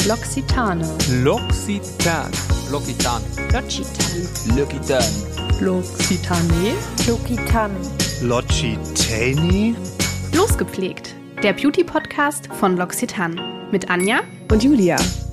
L'Occitane. L'Occitane. L'Occitane. L'Occitane. L'Occitane. L'Occitane. L'Occitane. L'Occitane. Losgepflegt. Der Beauty-Podcast von L'Occitane. Mit Anja Und Julia.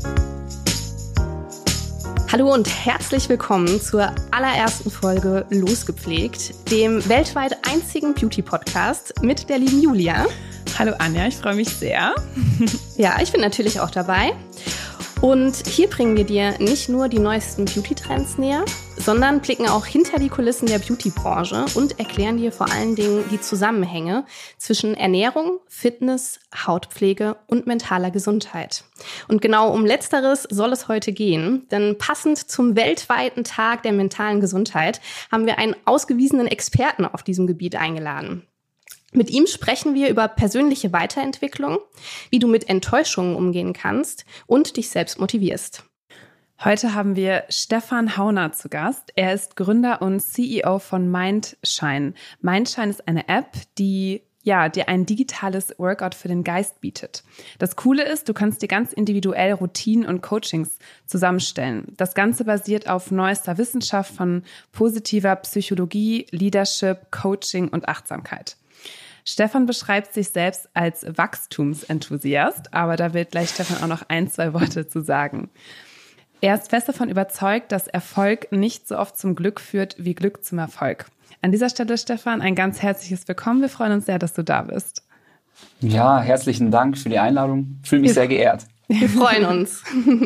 Hallo und herzlich willkommen zur allerersten Folge Losgepflegt, dem weltweit einzigen Beauty-Podcast mit der lieben Julia. Hallo Anja, ich freue mich sehr. Ja, ich bin natürlich auch dabei. Und hier bringen wir dir nicht nur die neuesten Beauty-Trends näher, sondern blicken auch hinter die Kulissen der Beauty-Branche und erklären dir vor allen Dingen die Zusammenhänge zwischen Ernährung, Fitness, Hautpflege und mentaler Gesundheit. Und genau um Letzteres soll es heute gehen, denn passend zum weltweiten Tag der mentalen Gesundheit haben wir einen ausgewiesenen Experten auf diesem Gebiet eingeladen. Mit ihm sprechen wir über persönliche Weiterentwicklung, wie du mit Enttäuschungen umgehen kannst und dich selbst motivierst. Heute haben wir Stefan Hauner zu Gast. Er ist Gründer und CEO von Mindshine. Mindshine ist eine App, die dir ein digitales Workout für den Geist bietet. Das Coole ist, du kannst dir ganz individuell Routinen und Coachings zusammenstellen. Das Ganze basiert auf neuester Wissenschaft von positiver Psychologie, Leadership, Coaching und Achtsamkeit. Stefan beschreibt sich selbst als Wachstumsenthusiast, aber da wird gleich Stefan auch noch 1-2 Worte zu sagen. Er ist fest davon überzeugt, dass Erfolg nicht so oft zum Glück führt wie Glück zum Erfolg. An dieser Stelle, Stefan, ein ganz herzliches Willkommen. Wir freuen uns sehr, dass du da bist. Ja, herzlichen Dank für die Einladung. Ich fühle mich sehr geehrt. Wir freuen uns.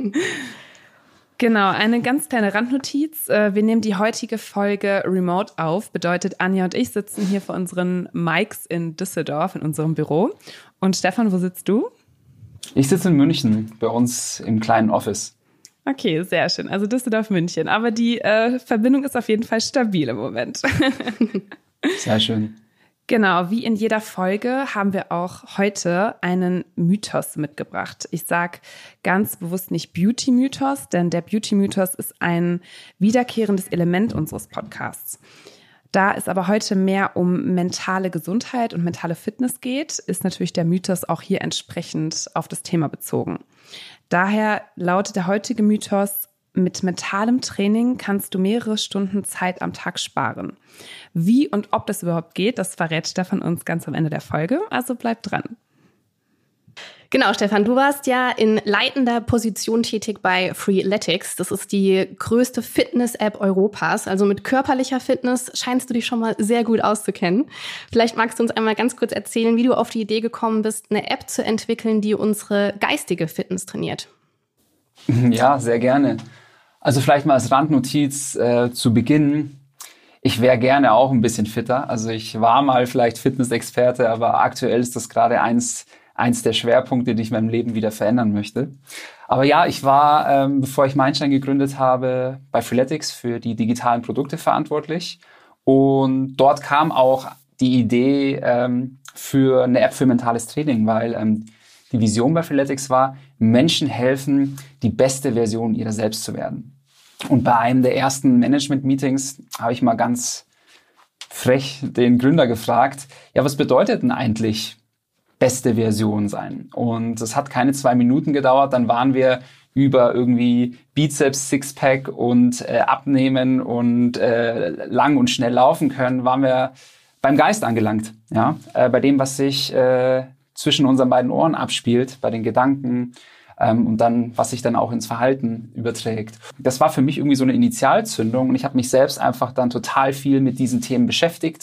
Genau, eine ganz kleine Randnotiz. Wir nehmen die heutige Folge remote auf. Bedeutet, Anja und ich sitzen hier vor unseren Mics in Düsseldorf in unserem Büro. Und Stefan, wo sitzt du? Ich sitze in München, bei uns im kleinen Office. Okay, sehr schön. Also Düsseldorf, München. Aber die Verbindung ist auf jeden Fall stabil im Moment. Sehr schön. Genau, wie in jeder Folge haben wir auch heute einen Mythos mitgebracht. Ich sage ganz bewusst nicht Beauty-Mythos, denn der Beauty-Mythos ist ein wiederkehrendes Element unseres Podcasts. Da es aber heute mehr um mentale Gesundheit und mentale Fitness geht, ist natürlich der Mythos auch hier entsprechend auf das Thema bezogen. Daher lautet der heutige Mythos: Mit mentalem Training kannst du mehrere Stunden Zeit am Tag sparen. Wie und ob das überhaupt geht, das verrät Stefan uns ganz am Ende der Folge, also bleib dran. Genau, Stefan, du warst ja in leitender Position tätig bei Freeletics. Das ist die größte Fitness-App Europas. Also mit körperlicher Fitness scheinst du dich schon mal sehr gut auszukennen. Vielleicht magst du uns einmal ganz kurz erzählen, wie du auf die Idee gekommen bist, eine App zu entwickeln, die unsere geistige Fitness trainiert. Ja, sehr gerne. Also vielleicht mal als Randnotiz zu Beginn. Ich wäre gerne auch ein bisschen fitter. Also ich war mal vielleicht Fitnessexperte, aber aktuell ist das gerade eins der Schwerpunkte, die ich in meinem Leben wieder verändern möchte. Aber ja, ich war, bevor ich Mindshine gegründet habe, bei Freeletics für die digitalen Produkte verantwortlich. Und dort kam auch die Idee für eine App für mentales Training, weil die Vision bei Freeletics war, Menschen helfen, die beste Version ihrer selbst zu werden. Und bei einem der ersten Management-Meetings habe ich mal ganz frech den Gründer gefragt, ja, was bedeutet denn eigentlich beste Version sein? Und es hat keine 2 Minuten gedauert, dann waren wir über irgendwie Bizeps, Sixpack und Abnehmen und lang und schnell laufen können, waren wir beim Geist angelangt. Ja? Bei dem, was sich zwischen unseren beiden Ohren abspielt, bei den Gedanken und dann, was sich dann auch ins Verhalten überträgt. Das war für mich irgendwie so eine Initialzündung und ich habe mich selbst einfach dann total viel mit diesen Themen beschäftigt.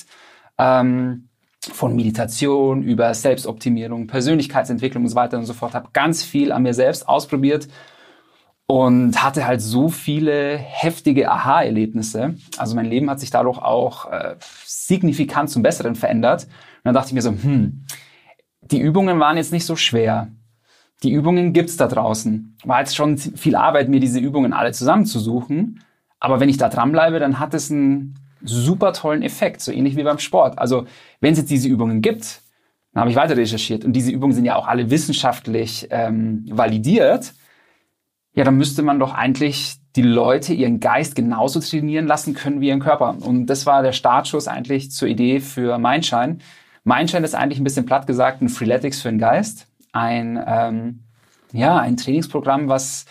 Von Meditation über Selbstoptimierung, Persönlichkeitsentwicklung und so weiter und so fort. Habe ganz viel an mir selbst ausprobiert und hatte halt so viele heftige Aha-Erlebnisse. Also mein Leben hat sich dadurch auch signifikant zum Besseren verändert. Und dann dachte ich mir so, die Übungen waren jetzt nicht so schwer. Die Übungen gibt's da draußen. War jetzt schon viel Arbeit, mir diese Übungen alle zusammenzusuchen. Aber wenn ich da dranbleibe, dann hat es einen super tollen Effekt, so ähnlich wie beim Sport. Also wenn es jetzt diese Übungen gibt, dann habe ich weiter recherchiert. Und diese Übungen sind ja auch alle wissenschaftlich validiert. Ja, dann müsste man doch eigentlich die Leute ihren Geist genauso trainieren lassen können wie ihren Körper. Und das war der Startschuss eigentlich zur Idee für Mindshine. Mindshine ist eigentlich ein bisschen platt gesagt ein Freeletics für den Geist. Ein ein Trainingsprogramm, was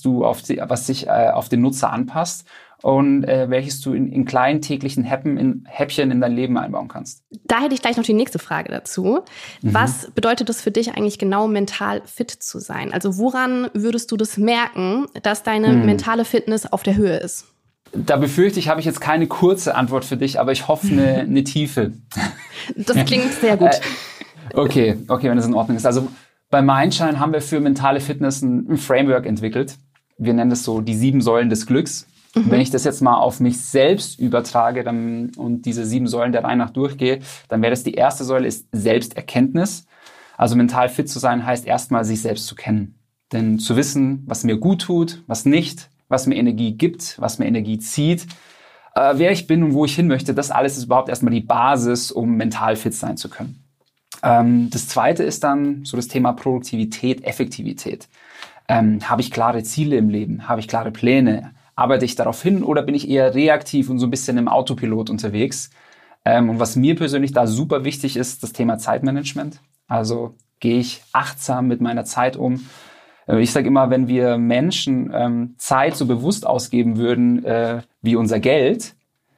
sich auf den Nutzer anpasst und welches du in kleinen täglichen Häppchen in dein Leben einbauen kannst. Da hätte ich gleich noch die nächste Frage dazu. Was bedeutet es für dich eigentlich genau, mental fit zu sein? Also woran würdest du das merken, dass deine mentale Fitness auf der Höhe ist? Da befürchte ich, habe ich jetzt keine kurze Antwort für dich, aber ich hoffe eine tiefe. Das klingt sehr gut. Okay, wenn das in Ordnung ist. Also bei Mindshine haben wir für mentale Fitness ein Framework entwickelt. Wir nennen das so die 7 Säulen des Glücks. Wenn ich das jetzt mal auf mich selbst übertrage und diese 7 Säulen der Reihe nach durchgehe, dann wäre das die erste Säule ist Selbsterkenntnis. Also mental fit zu sein heißt erstmal sich selbst zu kennen. Denn zu wissen, was mir gut tut, was nicht, was mir Energie gibt, was mir Energie zieht, wer ich bin und wo ich hin möchte, das alles ist überhaupt erstmal die Basis, um mental fit sein zu können. Das zweite ist dann so das Thema Produktivität, Effektivität. Habe ich klare Ziele im Leben? Habe ich klare Pläne? Arbeite ich darauf hin oder bin ich eher reaktiv und so ein bisschen im Autopilot unterwegs? Und was mir persönlich da super wichtig ist, das Thema Zeitmanagement. Also gehe ich achtsam mit meiner Zeit um? Ich sage immer, wenn wir Menschen Zeit so bewusst ausgeben würden wie unser Geld,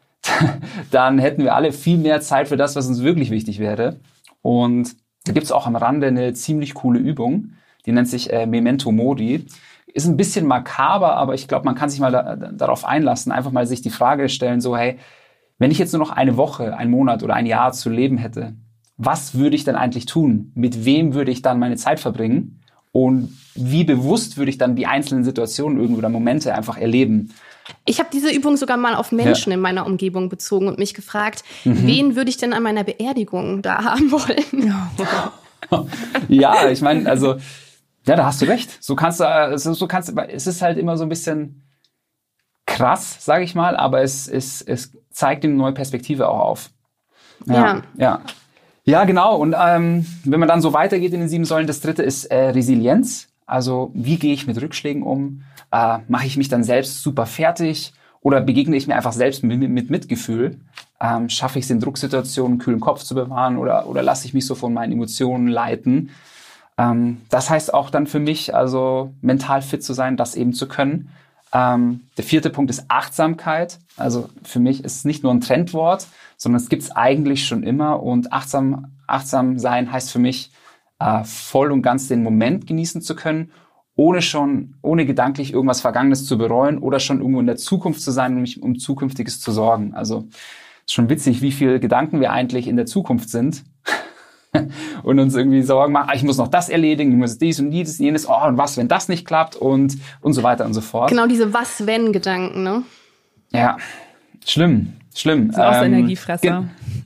dann hätten wir alle viel mehr Zeit für das, was uns wirklich wichtig wäre. Und da gibt's auch am Rande eine ziemlich coole Übung, die nennt sich Memento Mori. Ist ein bisschen makaber, aber ich glaube, man kann sich mal darauf einlassen, einfach mal sich die Frage stellen, so hey, wenn ich jetzt nur noch eine Woche, einen Monat oder ein Jahr zu leben hätte, was würde ich denn eigentlich tun? Mit wem würde ich dann meine Zeit verbringen? Und wie bewusst würde ich dann die einzelnen Situationen irgendwo oder Momente einfach erleben? Ich habe diese Übung sogar mal auf Menschen in meiner Umgebung bezogen und mich gefragt, wen würde ich denn an meiner Beerdigung da haben wollen? Ja, ich meine, also, ja, da hast du recht. Es ist halt immer so ein bisschen krass, sage ich mal, aber es zeigt eine neue Perspektive auch auf. Ja, genau. Und wenn man dann so weitergeht in den 7 Säulen, das dritte ist Resilienz. Also wie gehe ich mit Rückschlägen um? Mache ich mich dann selbst super fertig oder begegne ich mir einfach selbst mit Mitgefühl? Schaffe ich es in Drucksituationen, einen kühlen Kopf zu bewahren oder lasse ich mich so von meinen Emotionen leiten? Das heißt auch dann für mich, also mental fit zu sein, das eben zu können. Der 4. Punkt ist Achtsamkeit. Also für mich ist es nicht nur ein Trendwort, sondern es gibt es eigentlich schon immer. Und achtsam sein heißt für mich, voll und ganz den Moment genießen zu können, ohne gedanklich irgendwas Vergangenes zu bereuen oder schon irgendwo in der Zukunft zu sein und mich um Zukünftiges zu sorgen. Also ist schon witzig, wie viele Gedanken wir eigentlich in der Zukunft sind und uns irgendwie Sorgen machen, ich muss noch das erledigen, ich muss dies und jenes, und was, wenn das nicht klappt und so weiter und so fort. Genau, diese Was-Wenn-Gedanken, ne? Ja, schlimm. Das ist auch so Energiefresser.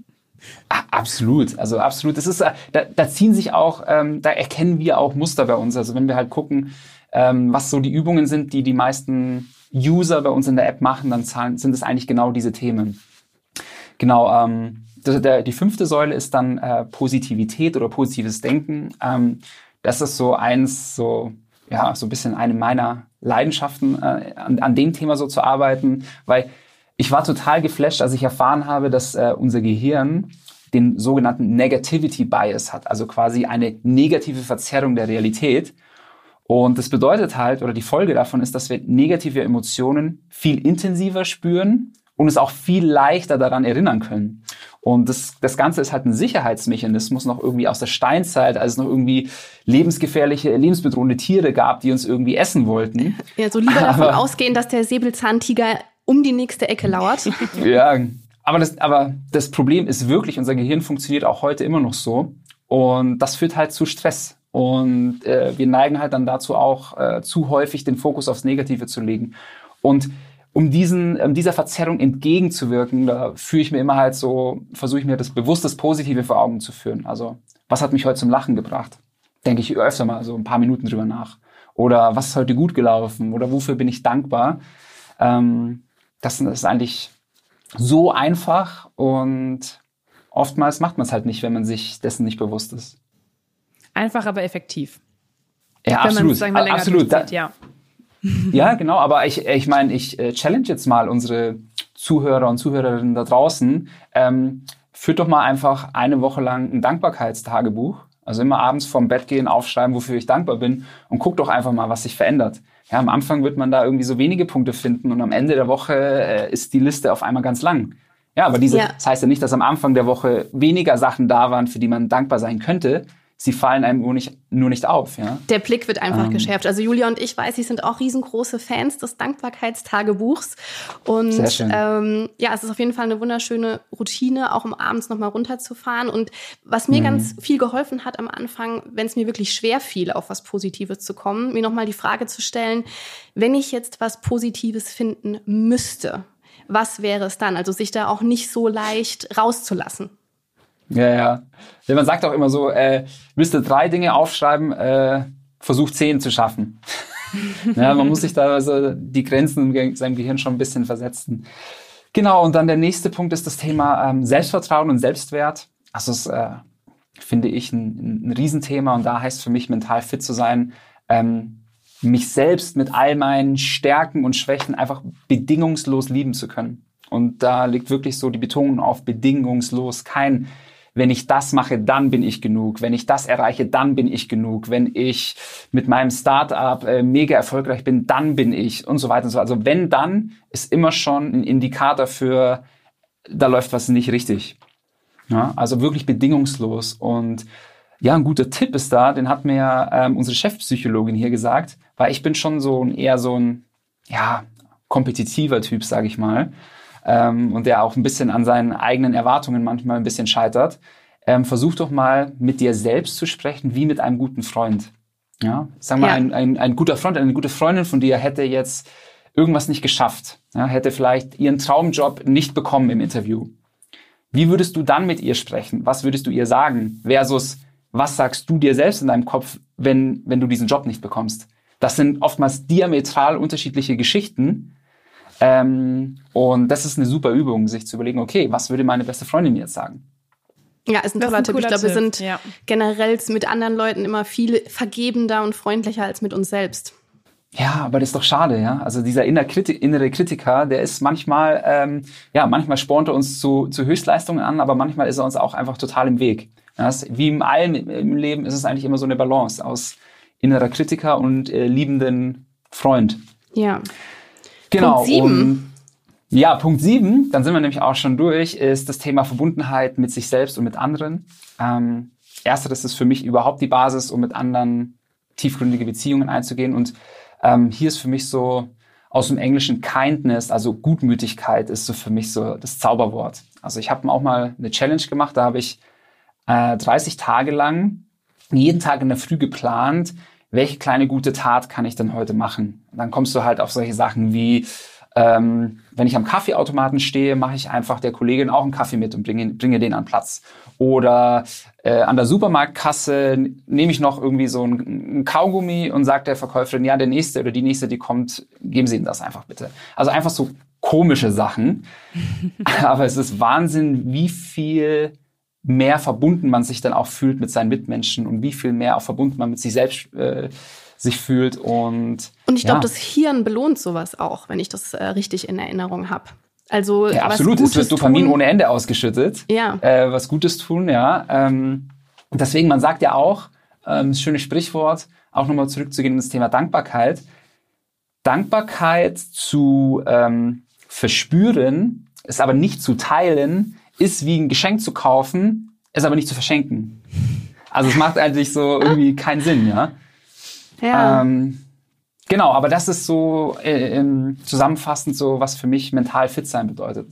Absolut, also absolut. Das ist, da ziehen sich auch, da erkennen wir auch Muster bei uns. Also wenn wir halt gucken, was so die Übungen sind, die meisten User bei uns in der App machen, dann sind es eigentlich genau diese Themen. Genau, die 5. Säule ist dann Positivität oder positives Denken. Das ist so ein bisschen eine meiner Leidenschaften, an dem Thema so zu arbeiten, weil ich war total geflasht, als ich erfahren habe, dass unser Gehirn den sogenannten Negativity Bias hat, also quasi eine negative Verzerrung der Realität. Und das bedeutet halt, oder die Folge davon ist, dass wir negative Emotionen viel intensiver spüren und es auch viel leichter daran erinnern können. Und das Ganze ist halt ein Sicherheitsmechanismus noch irgendwie aus der Steinzeit, als es noch irgendwie lebensgefährliche, lebensbedrohende Tiere gab, die uns irgendwie essen wollten. Ja, so lieber davon ausgehen, dass der Säbelzahntiger um die nächste Ecke lauert. Ja, aber das Problem ist wirklich, unser Gehirn funktioniert auch heute immer noch so. Und das führt halt zu Stress. Und wir neigen halt dann dazu auch zu häufig den Fokus aufs Negative zu legen. Und um dieser Verzerrung entgegenzuwirken, da versuche ich mir das bewusst Positive vor Augen zu führen. Also, was hat mich heute zum Lachen gebracht? Denke ich öfter mal so ein paar Minuten drüber nach. Oder was ist heute gut gelaufen? Oder wofür bin ich dankbar? Das ist eigentlich so einfach und oftmals macht man es halt nicht, wenn man sich dessen nicht bewusst ist. Einfach, aber effektiv. Ja, wenn absolut. Wenn man länger durchzieht, ja. Ja, genau, aber ich meine, ich challenge jetzt mal unsere Zuhörer und Zuhörerinnen da draußen. Führt doch mal einfach eine Woche lang ein Dankbarkeitstagebuch. Also immer abends vorm Bett gehen, aufschreiben, wofür ich dankbar bin und guck doch einfach mal, was sich verändert. Ja, am Anfang wird man da irgendwie so wenige Punkte finden und am Ende der Woche ist die Liste auf einmal ganz lang. Ja, aber das heißt ja nicht, dass am Anfang der Woche weniger Sachen da waren, für die man dankbar sein könnte. Sie fallen einem nur nicht auf. Ja? Der Blick wird einfach geschärft. Also Julia und ich weiß, sie sind auch riesengroße Fans des Dankbarkeitstagebuchs. Und sehr schön. Es ist auf jeden Fall eine wunderschöne Routine, auch um abends nochmal runterzufahren. Und was mir ganz viel geholfen hat am Anfang, wenn es mir wirklich schwer fiel, auf was Positives zu kommen, mir nochmal die Frage zu stellen, wenn ich jetzt was Positives finden müsste, was wäre es dann? Also sich da auch nicht so leicht rauszulassen. Ja. Man sagt auch immer so, müsste 3 Dinge aufschreiben, versucht 10 zu schaffen. Ja, man muss sich da also die Grenzen in seinem Gehirn schon ein bisschen versetzen. Genau, und dann der nächste Punkt ist das Thema Selbstvertrauen und Selbstwert. Also das finde ich ein Riesenthema und da heißt für mich, mental fit zu sein, mich selbst mit all meinen Stärken und Schwächen einfach bedingungslos lieben zu können. Und da liegt wirklich so die Betonung auf bedingungslos. Kein, wenn ich das mache, dann bin ich genug. Wenn ich das erreiche, dann bin ich genug. Wenn ich mit meinem Startup mega erfolgreich bin, dann bin ich und so weiter und so. Also wenn, dann ist immer schon ein Indikator für, da läuft was nicht richtig. Ja, also wirklich bedingungslos. Und ja, ein guter Tipp ist da, den hat mir unsere Chefpsychologin hier gesagt, weil ich bin schon eher so ein kompetitiver Typ, sage ich mal. Und der auch ein bisschen an seinen eigenen Erwartungen manchmal ein bisschen scheitert. Versuch doch mal mit dir selbst zu sprechen, wie mit einem guten Freund. Ja, sag mal, ein guter Freund, eine gute Freundin von dir hätte jetzt irgendwas nicht geschafft, ja, hätte vielleicht ihren Traumjob nicht bekommen im Interview. Wie würdest du dann mit ihr sprechen? Was würdest du ihr sagen? Versus, was sagst du dir selbst in deinem Kopf, wenn du diesen Job nicht bekommst? Das sind oftmals diametral unterschiedliche Geschichten. Und das ist eine super Übung, sich zu überlegen, okay, was würde meine beste Freundin mir jetzt sagen? Ja, ist ein toller Tipp. Ich glaube, wir sind generell mit anderen Leuten immer viel vergebender und freundlicher als mit uns selbst. Ja, aber das ist doch schade, ja. Also dieser innere Kritiker, der ist manchmal, manchmal spornt er uns zu Höchstleistungen an, aber manchmal ist er uns auch einfach total im Weg. Ja, wie in allem im Leben ist es eigentlich immer so eine Balance aus innerer Kritiker und liebenden Freund. Ja. Genau. Punkt 7. Punkt 7, dann sind wir nämlich auch schon durch, ist das Thema Verbundenheit mit sich selbst und mit anderen. Ersteres ist für mich überhaupt die Basis, um mit anderen tiefgründige Beziehungen einzugehen. Und hier ist für mich so aus dem Englischen Kindness, also Gutmütigkeit, ist so für mich so das Zauberwort. Also ich habe auch mal eine Challenge gemacht, da habe ich 30 Tage lang jeden Tag in der Früh geplant, welche kleine gute Tat kann ich denn heute machen? Und dann kommst du halt auf solche Sachen wie, wenn ich am Kaffeeautomaten stehe, mache ich einfach der Kollegin auch einen Kaffee mit und bringe den an Platz. Oder an der Supermarktkasse nehme ich noch irgendwie so ein Kaugummi und sage der Verkäuferin, ja, der Nächste oder die Nächste, die kommt, geben Sie ihm das einfach bitte. Also einfach so komische Sachen. Aber es ist Wahnsinn, wie viel mehr verbunden man sich dann auch fühlt mit seinen Mitmenschen und wie viel mehr auch verbunden man mit sich selbst sich fühlt. Und ich glaube, das Hirn belohnt sowas auch, wenn ich das richtig in Erinnerung habe. Also ja, absolut. Es wird Dopamin ohne Ende ausgeschüttet. Ja. Was Gutes tun, ja. Deswegen, man sagt ja auch, das schöne Sprichwort, auch nochmal zurückzugehen in das Thema Dankbarkeit. Dankbarkeit zu verspüren, es aber nicht zu teilen, ist wie ein Geschenk zu kaufen, es aber nicht zu verschenken. Also es macht eigentlich so irgendwie keinen Sinn, ja. Ja. Genau, aber das ist so zusammenfassend so, was für mich mental fit sein bedeutet.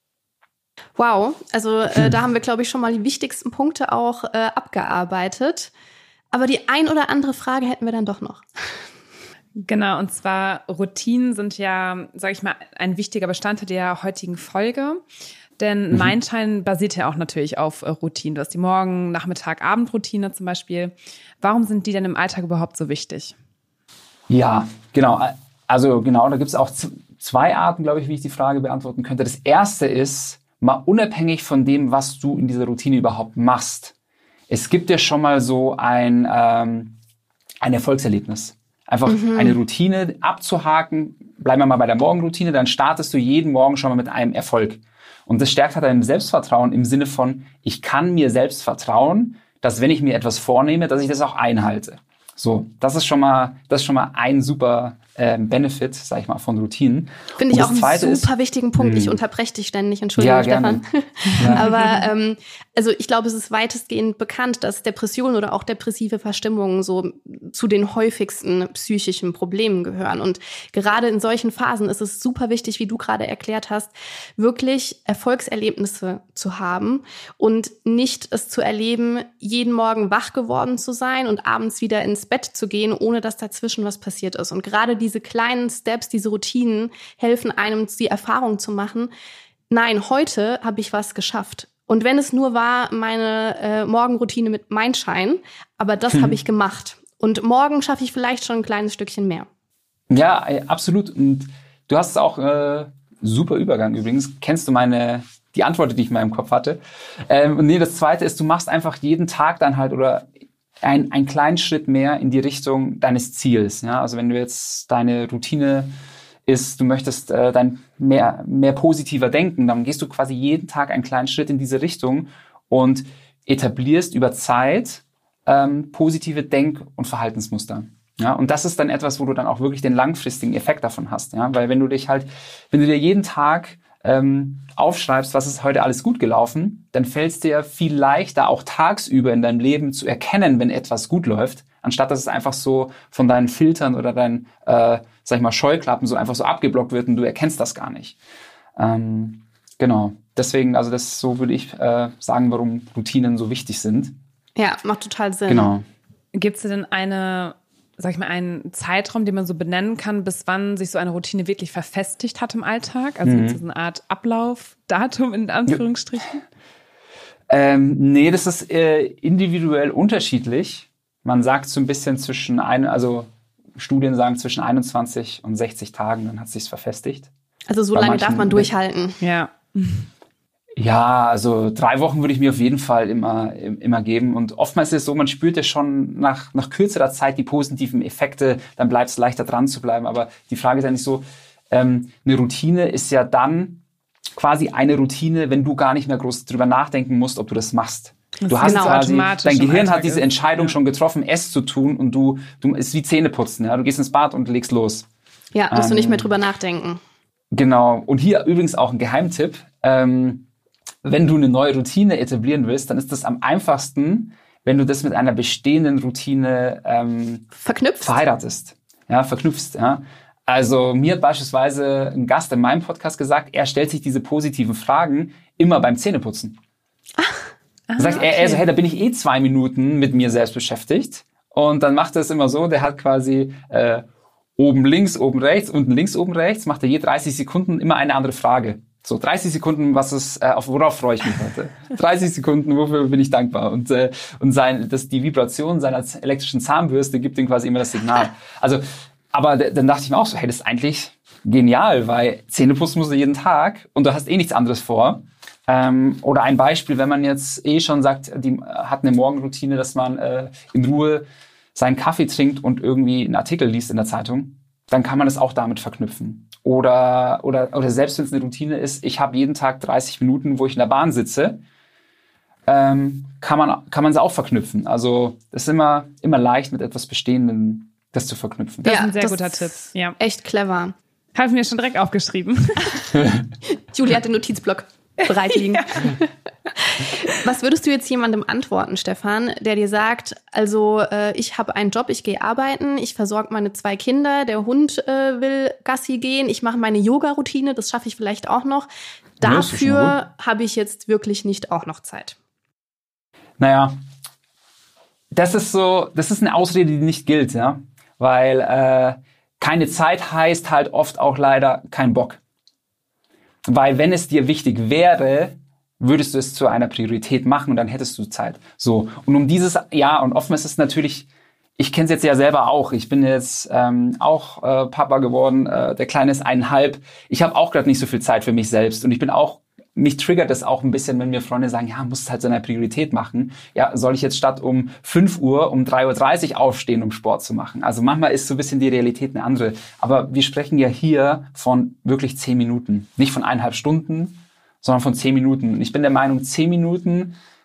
Wow, also da haben wir, glaube ich, schon mal die wichtigsten Punkte auch abgearbeitet. Aber die ein oder andere Frage hätten wir dann doch noch. Genau, und zwar Routinen sind ja, sage ich mal, ein wichtiger Bestandteil der heutigen Folge. Denn Mindshine basiert ja auch natürlich auf Routinen. Du hast die Morgen-, Nachmittag-, Abendroutine zum Beispiel. Warum sind die denn im Alltag überhaupt so wichtig? Ja, genau. Also genau, da gibt es auch 2 Arten, glaube ich, wie ich die Frage beantworten könnte. Das erste ist, mal unabhängig von dem, was du in dieser Routine überhaupt machst. Es gibt ja schon mal so ein Erfolgserlebnis. Einfach eine Routine abzuhaken. Bleiben wir mal bei der Morgenroutine, dann startest du jeden Morgen schon mal mit einem Erfolg. Und das stärkt halt dein Selbstvertrauen im Sinne von, ich kann mir selbst vertrauen, dass wenn ich mir etwas vornehme, dass ich das auch einhalte. So, das ist schon mal ein super Benefit, sag ich mal, von Routinen. Finde ich auch einen super wichtigen Punkt. Ich unterbreche dich ständig, Entschuldigung, Stefan. Ja. Aber also ich glaube, es ist weitestgehend bekannt, dass Depressionen oder auch depressive Verstimmungen so zu den häufigsten psychischen Problemen gehören. Und gerade in solchen Phasen ist es super wichtig, wie du gerade erklärt hast, wirklich Erfolgserlebnisse zu haben und nicht es zu erleben, jeden Morgen wach geworden zu sein und abends wieder ins Bett zu gehen, ohne dass dazwischen was passiert ist. Und gerade diese kleinen Steps, diese Routinen helfen einem, die Erfahrung zu machen. Nein, heute habe ich was geschafft. Und wenn es nur war, meine Morgenroutine mit Mindshine, aber das habe ich gemacht. Und morgen schaffe ich vielleicht schon ein kleines Stückchen mehr. Ja, absolut. Und du hast auch super Übergang übrigens. Kennst du die Antwort, die ich in meinem Kopf hatte? Und das Zweite ist, du machst einfach jeden Tag dann halt oder einen kleinen Schritt mehr in die Richtung deines Ziels. Ja? Also wenn du jetzt deine Routine ist, du möchtest mehr positiver denken, dann gehst du quasi jeden Tag einen kleinen Schritt in diese Richtung und etablierst über Zeit positive Denk- und Verhaltensmuster. Ja? Und das ist dann etwas, wo du dann auch wirklich den langfristigen Effekt davon hast. Ja? Weil wenn du dir jeden Tag aufschreibst, was ist heute alles gut gelaufen, dann fällt es dir viel leichter, auch tagsüber in deinem Leben zu erkennen, wenn etwas gut läuft, anstatt dass es einfach so von deinen Filtern oder deinen, sag ich mal, Scheuklappen so einfach so abgeblockt wird und du erkennst das gar nicht. Genau. Deswegen, also so würde ich sagen, warum Routinen so wichtig sind. Ja, macht total Sinn. Genau. Gibt es denn einen Zeitraum, den man so benennen kann, bis wann sich so eine Routine wirklich verfestigt hat im Alltag? Also gibt es so eine Art Ablaufdatum in Anführungsstrichen? Nee, das ist individuell unterschiedlich. Man sagt so ein bisschen Studien sagen zwischen 21 und 60 Tagen, dann hat es sich verfestigt. Also so lange darf man durchhalten. Ja. Ja, also 3 Wochen würde ich mir auf jeden Fall immer geben. Und oftmals ist es so, man spürt ja schon nach kürzerer Zeit die positiven Effekte, dann bleibt es leichter dran zu bleiben. Aber die Frage ist eigentlich so, eine Routine ist ja dann quasi eine Routine, wenn du gar nicht mehr groß drüber nachdenken musst, ob du das machst. Du hast quasi, dein Gehirn hat diese Entscheidung schon getroffen, es zu tun und du ist wie Zähneputzen. Ja? Du gehst ins Bad und legst los. Ja, musst du nicht mehr drüber nachdenken. Genau. Und hier übrigens auch ein Geheimtipp. Wenn du eine neue Routine etablieren willst, dann ist das am einfachsten, wenn du das mit einer bestehenden Routine verheiratest. Ja, verknüpfst. Ja. Also mir hat beispielsweise ein Gast in meinem Podcast gesagt, er stellt sich diese positiven Fragen immer beim Zähneputzen. Er sagt, er so, hey, da bin ich 2 Minuten mit mir selbst beschäftigt. Und dann macht er es immer so, der hat quasi oben links, oben rechts, unten links, oben rechts, macht er je 30 Sekunden immer eine andere Frage. So 30 Sekunden, worauf freue ich mich heute? 30 Sekunden, wofür bin ich dankbar? Und die Vibration seiner elektrischen Zahnbürste gibt ihm quasi immer das Signal. Also, aber dann dachte ich mir auch so, hey, das ist eigentlich genial, weil Zähneputzen musst du jeden Tag und du hast nichts anderes vor. Oder ein Beispiel, wenn man jetzt schon sagt, die hat eine Morgenroutine, dass man in Ruhe seinen Kaffee trinkt und irgendwie einen Artikel liest in der Zeitung, dann kann man das auch damit verknüpfen. Oder selbst wenn es eine Routine ist, ich habe jeden Tag 30 Minuten, wo ich in der Bahn sitze, kann man es auch verknüpfen. Also das ist immer leicht mit etwas Bestehendem, das zu verknüpfen. Das ist ein sehr guter Tipp. Ja. Echt clever. Habe ich mir schon direkt aufgeschrieben. Julie hat den Notizblock bereit liegen. Ja. Was würdest du jetzt jemandem antworten, Stefan, der dir sagt, also ich habe einen Job, ich gehe arbeiten, ich versorge meine 2 Kinder, der Hund will Gassi gehen, ich mache meine Yoga-Routine, das schaffe ich vielleicht auch noch. Dafür habe ich jetzt wirklich nicht auch noch Zeit. Naja, das ist eine Ausrede, die nicht gilt, ja, weil keine Zeit heißt halt oft auch leider kein Bock. Weil wenn es dir wichtig wäre, würdest du es zu einer Priorität machen und dann hättest du Zeit. So. Und und oftmals ist es natürlich, ich kenne es jetzt ja selber auch. Ich bin jetzt auch Papa geworden, der Kleine ist 1,5. Ich habe auch gerade nicht so viel Zeit für mich selbst und mich triggert das auch ein bisschen, wenn mir Freunde sagen, ja, musst halt so eine Priorität machen. Ja, soll ich jetzt statt um 5 Uhr um 3:30 Uhr aufstehen, um Sport zu machen? Also manchmal ist so ein bisschen die Realität eine andere. Aber wir sprechen ja hier von wirklich 10 Minuten. Nicht von 1,5 Stunden, sondern von 10 Minuten. Und ich bin der Meinung, 10 Minuten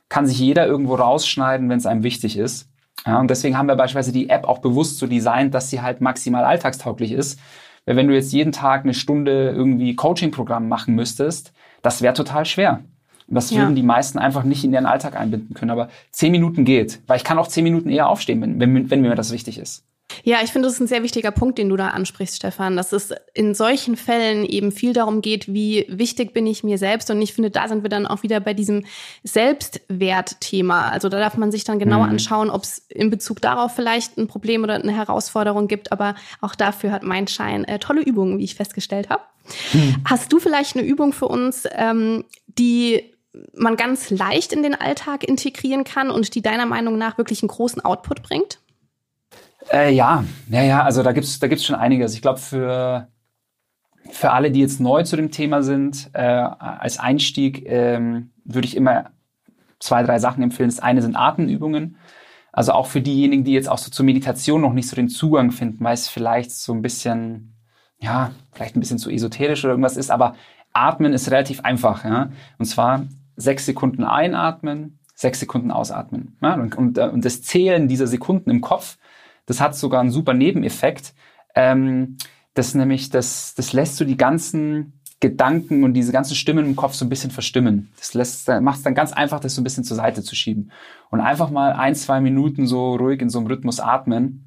kann sich jeder irgendwo rausschneiden, wenn es einem wichtig ist. Ja, und deswegen haben wir beispielsweise die App auch bewusst so designt, dass sie halt maximal alltagstauglich ist. Weil wenn du jetzt jeden Tag eine Stunde irgendwie Coaching-Programm machen müsstest, das wäre total schwer. Und das würden die meisten einfach nicht in ihren Alltag einbinden können. Aber 10 Minuten geht. Weil ich kann auch 10 Minuten eher aufstehen, wenn mir das wichtig ist. Ja, ich finde, das ist ein sehr wichtiger Punkt, den du da ansprichst, Stefan, dass es in solchen Fällen eben viel darum geht, wie wichtig bin ich mir selbst. Und ich finde, da sind wir dann auch wieder bei diesem Selbstwertthema. Also da darf man sich dann genauer anschauen, ob es in Bezug darauf vielleicht ein Problem oder eine Herausforderung gibt. Aber auch dafür hat Mindshine tolle Übungen, wie ich festgestellt habe. Hast du vielleicht eine Übung für uns, die man ganz leicht in den Alltag integrieren kann und die deiner Meinung nach wirklich einen großen Output bringt? Ja, also da gibt's schon einiges. Ich glaube, für alle, die jetzt neu zu dem Thema sind, als Einstieg würde ich immer 2, 3 Sachen empfehlen. Das eine sind Atemübungen. Also auch für diejenigen, die jetzt auch so zur Meditation noch nicht so den Zugang finden, weil es vielleicht so ein bisschen, vielleicht ein bisschen zu esoterisch oder irgendwas ist. Aber Atmen ist relativ einfach. Ja? Und zwar 6 Sekunden einatmen, 6 Sekunden ausatmen. Ja? Und das Zählen dieser Sekunden im Kopf, das hat sogar einen super Nebeneffekt. Das lässt so die ganzen Gedanken und diese ganzen Stimmen im Kopf so ein bisschen verstimmen. Macht es dann ganz einfach, das so ein bisschen zur Seite zu schieben. Und einfach mal 1, 2 Minuten so ruhig in so einem Rhythmus atmen.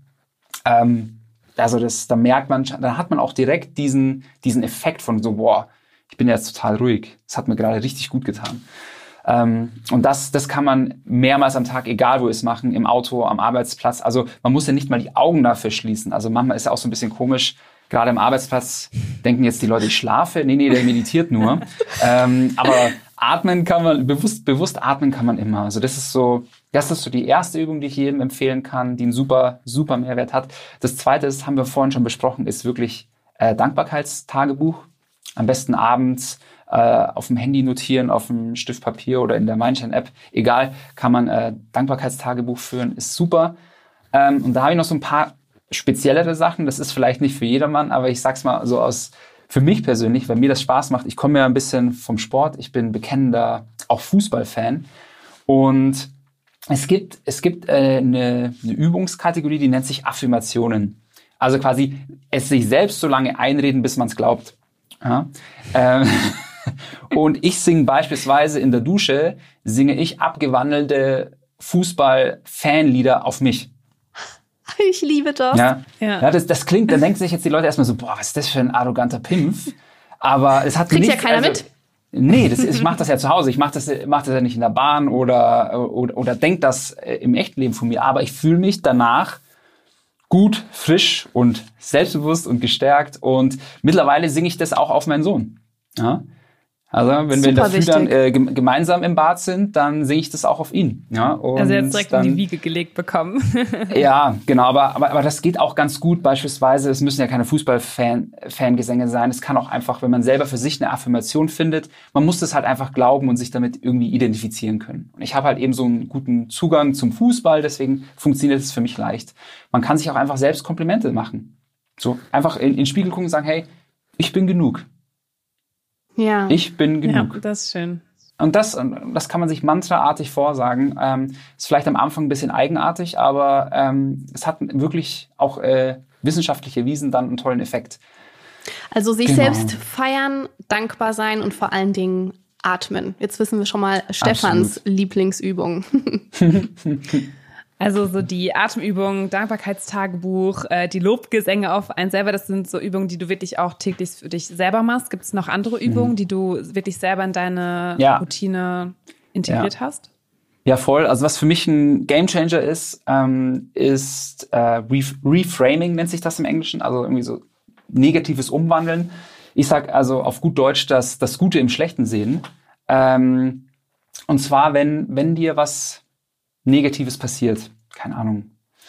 Da merkt man, dann hat man auch direkt diesen Effekt von so, boah, ich bin jetzt total ruhig. Das hat mir gerade richtig gut getan. Und das kann man mehrmals am Tag, egal wo es machen, im Auto, am Arbeitsplatz. Also man muss ja nicht mal die Augen dafür schließen. Also manchmal ist ja auch so ein bisschen komisch, gerade am Arbeitsplatz denken jetzt die Leute, ich schlafe. Nee, der meditiert nur. Aber atmen kann man, bewusst atmen kann man immer. Also das ist so die erste Übung, die ich jedem empfehlen kann, die einen super, super Mehrwert hat. Das zweite, das haben wir vorhin schon besprochen, ist wirklich Dankbarkeitstagebuch. Am besten abends auf dem Handy notieren, auf dem Stift Papier oder in der Mindshine-App. Egal, kann man Dankbarkeitstagebuch führen, ist super. Und da habe ich noch so ein paar speziellere Sachen. Das ist vielleicht nicht für jedermann, aber ich sag's mal so für mich persönlich, weil mir das Spaß macht. Ich komme ja ein bisschen vom Sport. Ich bin bekennender auch Fußballfan. Und es gibt eine Übungskategorie, die nennt sich Affirmationen. Also quasi es sich selbst so lange einreden, bis man es glaubt. Ja? Und ich singe beispielsweise in der Dusche, abgewandelte Fußball-Fanlieder auf mich. Ich liebe das. Ja, das klingt, dann denken sich jetzt die Leute erstmal so, boah, was ist das für ein arroganter Pimpf? Aber es hat kriegt ja keiner mit. Nee, ich mache das ja zu Hause. Ich mache das ja nicht in der Bahn oder denke das im echten Leben von mir. Aber ich fühle mich danach gut, frisch und selbstbewusst und gestärkt. Und mittlerweile singe ich das auch auf meinen Sohn. Ja? Also wenn wir in der Früh dann gemeinsam im Bad sind, dann singe ich das auch auf ihn. Ja? Und also jetzt direkt in die Wiege gelegt bekommen. Ja, genau. Aber das geht auch ganz gut. Beispielsweise, es müssen ja keine Fußball-Fangesänge sein. Es kann auch einfach, wenn man selber für sich eine Affirmation findet, man muss das halt einfach glauben und sich damit irgendwie identifizieren können. Und ich habe halt eben so einen guten Zugang zum Fußball, deswegen funktioniert es für mich leicht. Man kann sich auch einfach selbst Komplimente machen. So einfach in den Spiegel gucken und sagen, hey, ich bin genug. Ja. Ich bin genug. Ja, das ist schön. Und das kann man sich mantraartig vorsagen. Ist vielleicht am Anfang ein bisschen eigenartig, aber es hat wirklich auch wissenschaftlich erwiesen dann einen tollen Effekt. Also sich selbst feiern, dankbar sein und vor allen Dingen atmen. Jetzt wissen wir schon mal Stefans Lieblingsübung. Also so die Atemübungen, Dankbarkeitstagebuch, die Lobgesänge auf einen selber, das sind so Übungen, die du wirklich auch täglich für dich selber machst. Gibt es noch andere Übungen, die du wirklich selber in deine Routine integriert hast? Ja, voll. Also was für mich ein Gamechanger ist Reframing, nennt sich das im Englischen. Also irgendwie so negatives Umwandeln. Ich sag also auf gut Deutsch das Gute im Schlechten sehen. Und zwar, wenn dir was Negatives passiert, keine Ahnung,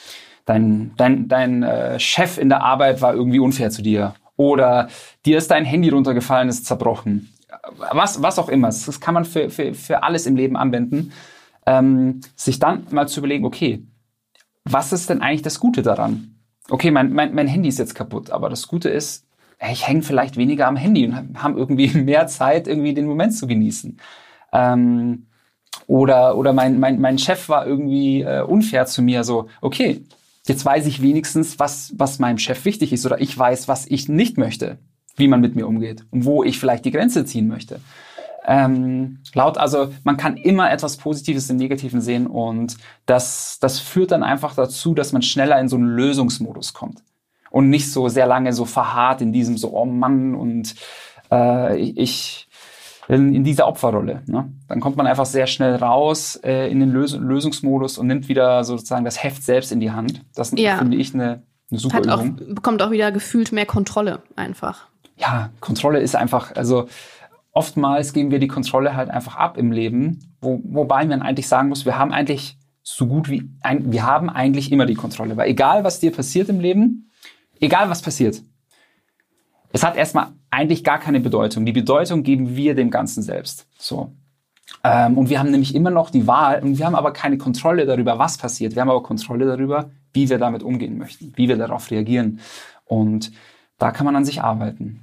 dein Chef in der Arbeit war irgendwie unfair zu dir oder dir ist dein Handy runtergefallen, ist zerbrochen, was auch immer, das kann man für alles im Leben anwenden, sich dann mal zu überlegen, okay, was ist denn eigentlich das Gute daran? Okay, mein Handy ist jetzt kaputt, aber das Gute ist, ich hänge vielleicht weniger am Handy und habe irgendwie mehr Zeit, irgendwie den Moment zu genießen. Oder mein Chef war irgendwie unfair zu mir. So, okay, jetzt weiß ich wenigstens, was meinem Chef wichtig ist. Oder ich weiß, was ich nicht möchte, wie man mit mir umgeht und wo ich vielleicht die Grenze ziehen möchte. Also man kann immer etwas Positives im Negativen sehen und das führt dann einfach dazu, dass man schneller in so einen Lösungsmodus kommt und nicht so sehr lange so verharrt in diesem so, oh Mann, und ich in dieser Opferrolle. Ne? Dann kommt man einfach sehr schnell raus in den Lösungsmodus und nimmt wieder sozusagen das Heft selbst in die Hand. Das finde ich eine super Übung. Bekommt auch wieder gefühlt mehr Kontrolle einfach. Ja, Kontrolle ist einfach, also oftmals geben wir die Kontrolle halt einfach ab im Leben, wobei man eigentlich sagen muss, wir haben eigentlich wir haben eigentlich immer die Kontrolle. Weil egal, was dir passiert im Leben, egal, was passiert, es hat erstmal eigentlich gar keine Bedeutung. Die Bedeutung geben wir dem Ganzen selbst. So. Und wir haben nämlich immer noch die Wahl, und wir haben aber keine Kontrolle darüber, was passiert. Wir haben aber Kontrolle darüber, wie wir damit umgehen möchten, wie wir darauf reagieren. Und da kann man an sich arbeiten.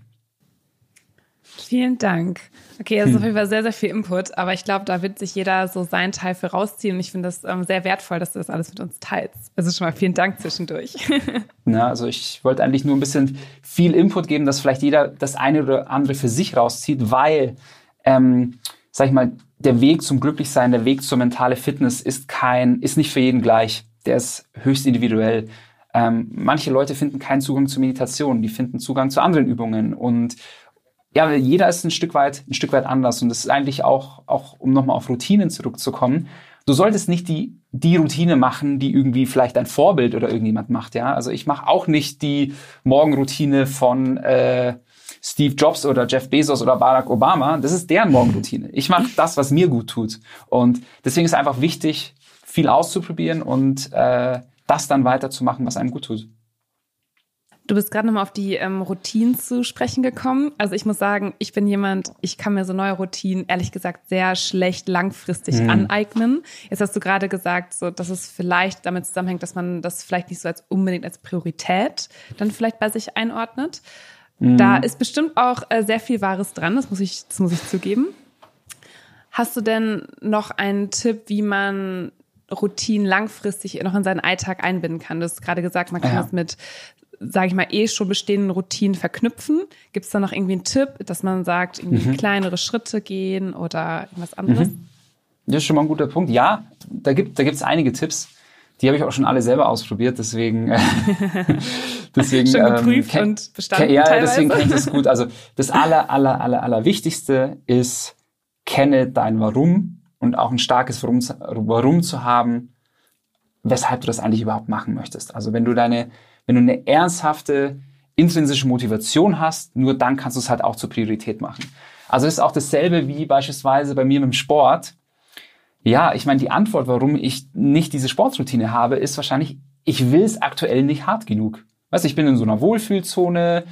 Vielen Dank. Okay, das ist auf jeden Fall sehr, sehr viel Input, aber ich glaube, da wird sich jeder so seinen Teil für rausziehen und ich finde das sehr wertvoll, dass du das alles mit uns teilst. Also schon mal vielen Dank zwischendurch. Ja, also ich wollte eigentlich nur ein bisschen viel Input geben, dass vielleicht jeder das eine oder andere für sich rauszieht, weil, sag ich mal, der Weg zum Glücklichsein, der Weg zur mentalen Fitness ist nicht für jeden gleich. Der ist höchst individuell. Manche Leute finden keinen Zugang zur Meditation, die finden Zugang zu anderen Übungen und ja, jeder ist ein Stück weit anders und das ist eigentlich auch um nochmal auf Routinen zurückzukommen. Du solltest nicht die Routine machen, die irgendwie vielleicht ein Vorbild oder irgendjemand macht, ja. Also ich mache auch nicht die Morgenroutine von Steve Jobs oder Jeff Bezos oder Barack Obama. Das ist deren Morgenroutine. Ich mache das, was mir gut tut. Und deswegen ist es einfach wichtig, viel auszuprobieren und das dann weiterzumachen, was einem gut tut. Du bist gerade nochmal auf die Routinen zu sprechen gekommen. Also ich muss sagen, ich bin jemand, ich kann mir so neue Routinen, ehrlich gesagt, sehr schlecht langfristig aneignen. Jetzt hast du gerade gesagt, so, dass es vielleicht damit zusammenhängt, dass man das vielleicht nicht so unbedingt als Priorität dann vielleicht bei sich einordnet. Da ist bestimmt auch sehr viel Wahres dran, das muss ich zugeben. Hast du denn noch einen Tipp, wie man Routinen langfristig noch in seinen Alltag einbinden kann? Du hast gerade gesagt, man kann das mit, sage ich mal, schon bestehenden Routinen verknüpfen. Gibt es da noch irgendwie einen Tipp, dass man sagt, irgendwie kleinere Schritte gehen oder irgendwas anderes? Das ist schon mal ein guter Punkt. Ja, da gibt's einige Tipps. Die habe ich auch schon alle selber ausprobiert, deswegen schon geprüft und bestanden ja, teilweise. Deswegen kenne ich das gut. Also das Allerwichtigste ist, kenne dein Warum und auch ein starkes Warum zu haben, weshalb du das eigentlich überhaupt machen möchtest. Also wenn du eine ernsthafte, intrinsische Motivation hast, nur dann kannst du es halt auch zur Priorität machen. Also es ist auch dasselbe wie beispielsweise bei mir mit dem Sport. Ja, ich meine, die Antwort, warum ich nicht diese Sportroutine habe, ist wahrscheinlich, ich will es aktuell nicht hart genug. Weißt du, ich bin in so einer Wohlfühlzone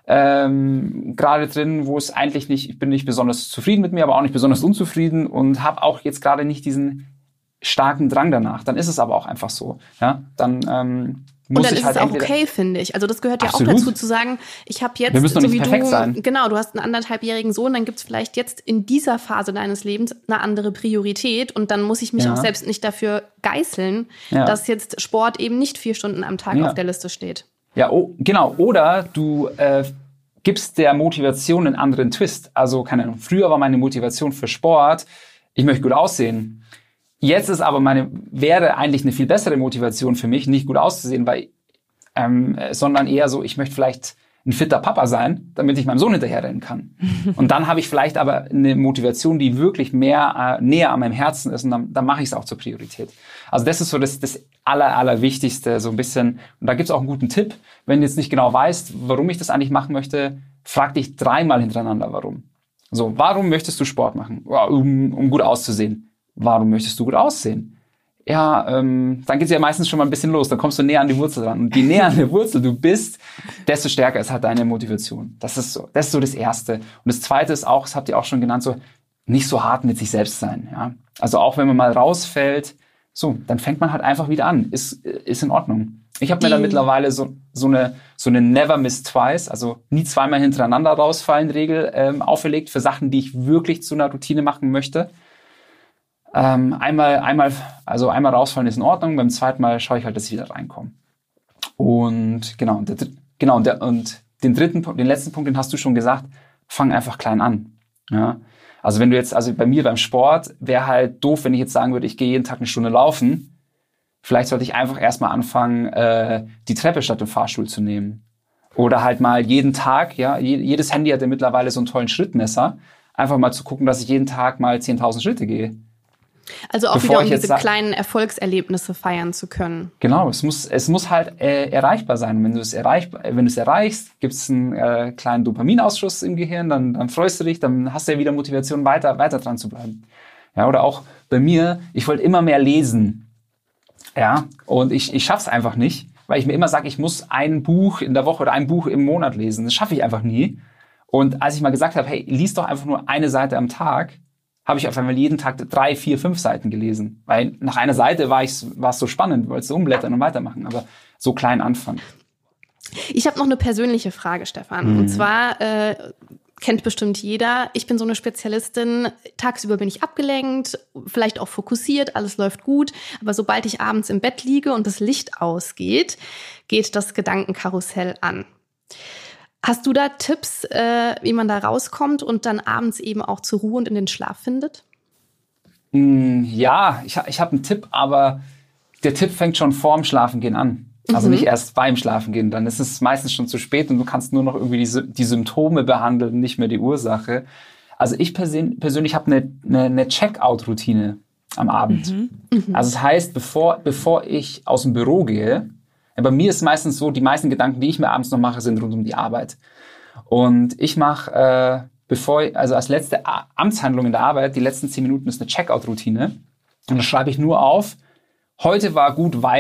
gerade drin, wo es eigentlich nicht, ich bin nicht besonders zufrieden mit mir, aber auch nicht besonders unzufrieden und habe auch jetzt gerade nicht diesen starken Drang danach. Dann ist es aber auch einfach so. Ja, dann und dann ist es auch okay, finde ich. Also das gehört ja Absolut. Auch dazu zu sagen, ich habe jetzt, wir müssen doch nicht perfekt sein. Genau, du hast einen 1,5-jährigen Sohn, dann gibt es vielleicht jetzt in dieser Phase deines Lebens eine andere Priorität und dann muss ich mich auch selbst nicht dafür geißeln, dass jetzt Sport eben nicht 4 Stunden am Tag auf der Liste steht. Ja, genau. Oder du gibst der Motivation einen anderen Twist. Also, keine Ahnung, früher war meine Motivation für Sport, ich möchte gut aussehen. Jetzt ist aber wäre eigentlich eine viel bessere Motivation für mich, nicht gut auszusehen, sondern eher so, ich möchte vielleicht ein fitter Papa sein, damit ich meinem Sohn hinterherrennen kann. Und dann habe ich vielleicht aber eine Motivation, die wirklich näher an meinem Herzen ist und dann mache ich es auch zur Priorität. Also das ist so das Allerwichtigste, so ein bisschen. Und da gibt es auch einen guten Tipp, wenn du jetzt nicht genau weißt, warum ich das eigentlich machen möchte, frag dich 3-mal hintereinander, warum. So, warum möchtest du Sport machen? Um gut auszusehen. Warum möchtest du gut aussehen? Ja, dann geht es ja meistens schon mal ein bisschen los. Dann kommst du näher an die Wurzel ran. Und je näher an der Wurzel du bist, desto stärker ist halt deine Motivation. Das ist so das Erste. Und das Zweite ist auch, das habt ihr auch schon genannt, so nicht so hart mit sich selbst sein. Ja? Also auch wenn man mal rausfällt, so, dann fängt man halt einfach wieder an. Ist in Ordnung. Ich habe mir da mittlerweile so eine Never Miss Twice, also nie 2-mal hintereinander rausfallen Regel auferlegt für Sachen, die ich wirklich zu einer Routine machen möchte. einmal rausfallen ist in Ordnung, beim zweiten Mal schaue ich halt, dass ich wieder reinkomme. Und den letzten Punkt, den hast du schon gesagt, fang einfach klein an. Ja? Also bei mir beim Sport wäre halt doof, wenn ich jetzt sagen würde, ich gehe jeden Tag eine Stunde laufen. Vielleicht sollte ich einfach erstmal anfangen, die Treppe statt dem Fahrstuhl zu nehmen. Oder halt mal jeden Tag, ja, jedes Handy hat ja mittlerweile so einen tollen Schrittmesser, einfach mal zu gucken, dass ich jeden Tag mal 10.000 Schritte gehe. Also auch wieder, um diese kleinen Erfolgserlebnisse feiern zu können. Genau, es muss halt erreichbar sein. Wenn du es erreichst, gibt es einen kleinen Dopaminausschuss im Gehirn, dann freust du dich, dann hast du ja wieder Motivation, weiter dran zu bleiben. Ja, oder auch bei mir, ich wollte immer mehr lesen. Ja, und ich schaff's einfach nicht, weil ich mir immer sage, ich muss ein Buch in der Woche oder ein Buch im Monat lesen. Das schaffe ich einfach nie. Und als ich mal gesagt habe, hey, lies doch einfach nur eine Seite am Tag, habe ich auf einmal jeden Tag 3, 4, 5 Seiten gelesen. Weil nach einer Seite war es so spannend, wolltest du umblättern und weitermachen. Aber so klein anfangen. Ich habe noch eine persönliche Frage, Stefan. Und zwar kennt bestimmt jeder, ich bin so eine Spezialistin, tagsüber bin ich abgelenkt, vielleicht auch fokussiert, alles läuft gut. Aber sobald ich abends im Bett liege und das Licht ausgeht, geht das Gedankenkarussell an. Hast du da Tipps, wie man da rauskommt und dann abends eben auch zur Ruhe und in den Schlaf findet? Ja, ich habe einen Tipp, aber der Tipp fängt schon vorm Schlafengehen an. Also nicht erst beim Schlafengehen. Dann ist es meistens schon zu spät und du kannst nur noch irgendwie die Symptome behandeln, nicht mehr die Ursache. Also ich persönlich habe eine Check-out-Routine am Abend. Also das heißt, bevor ich aus dem Büro gehe, bei mir ist es meistens so, die meisten Gedanken, die ich mir abends noch mache, sind rund um die Arbeit. Und ich mache, als letzte Amtshandlung in der Arbeit, die letzten 10 Minuten ist eine Checkout-Routine. Und da schreibe ich nur auf, heute war gut, weil ...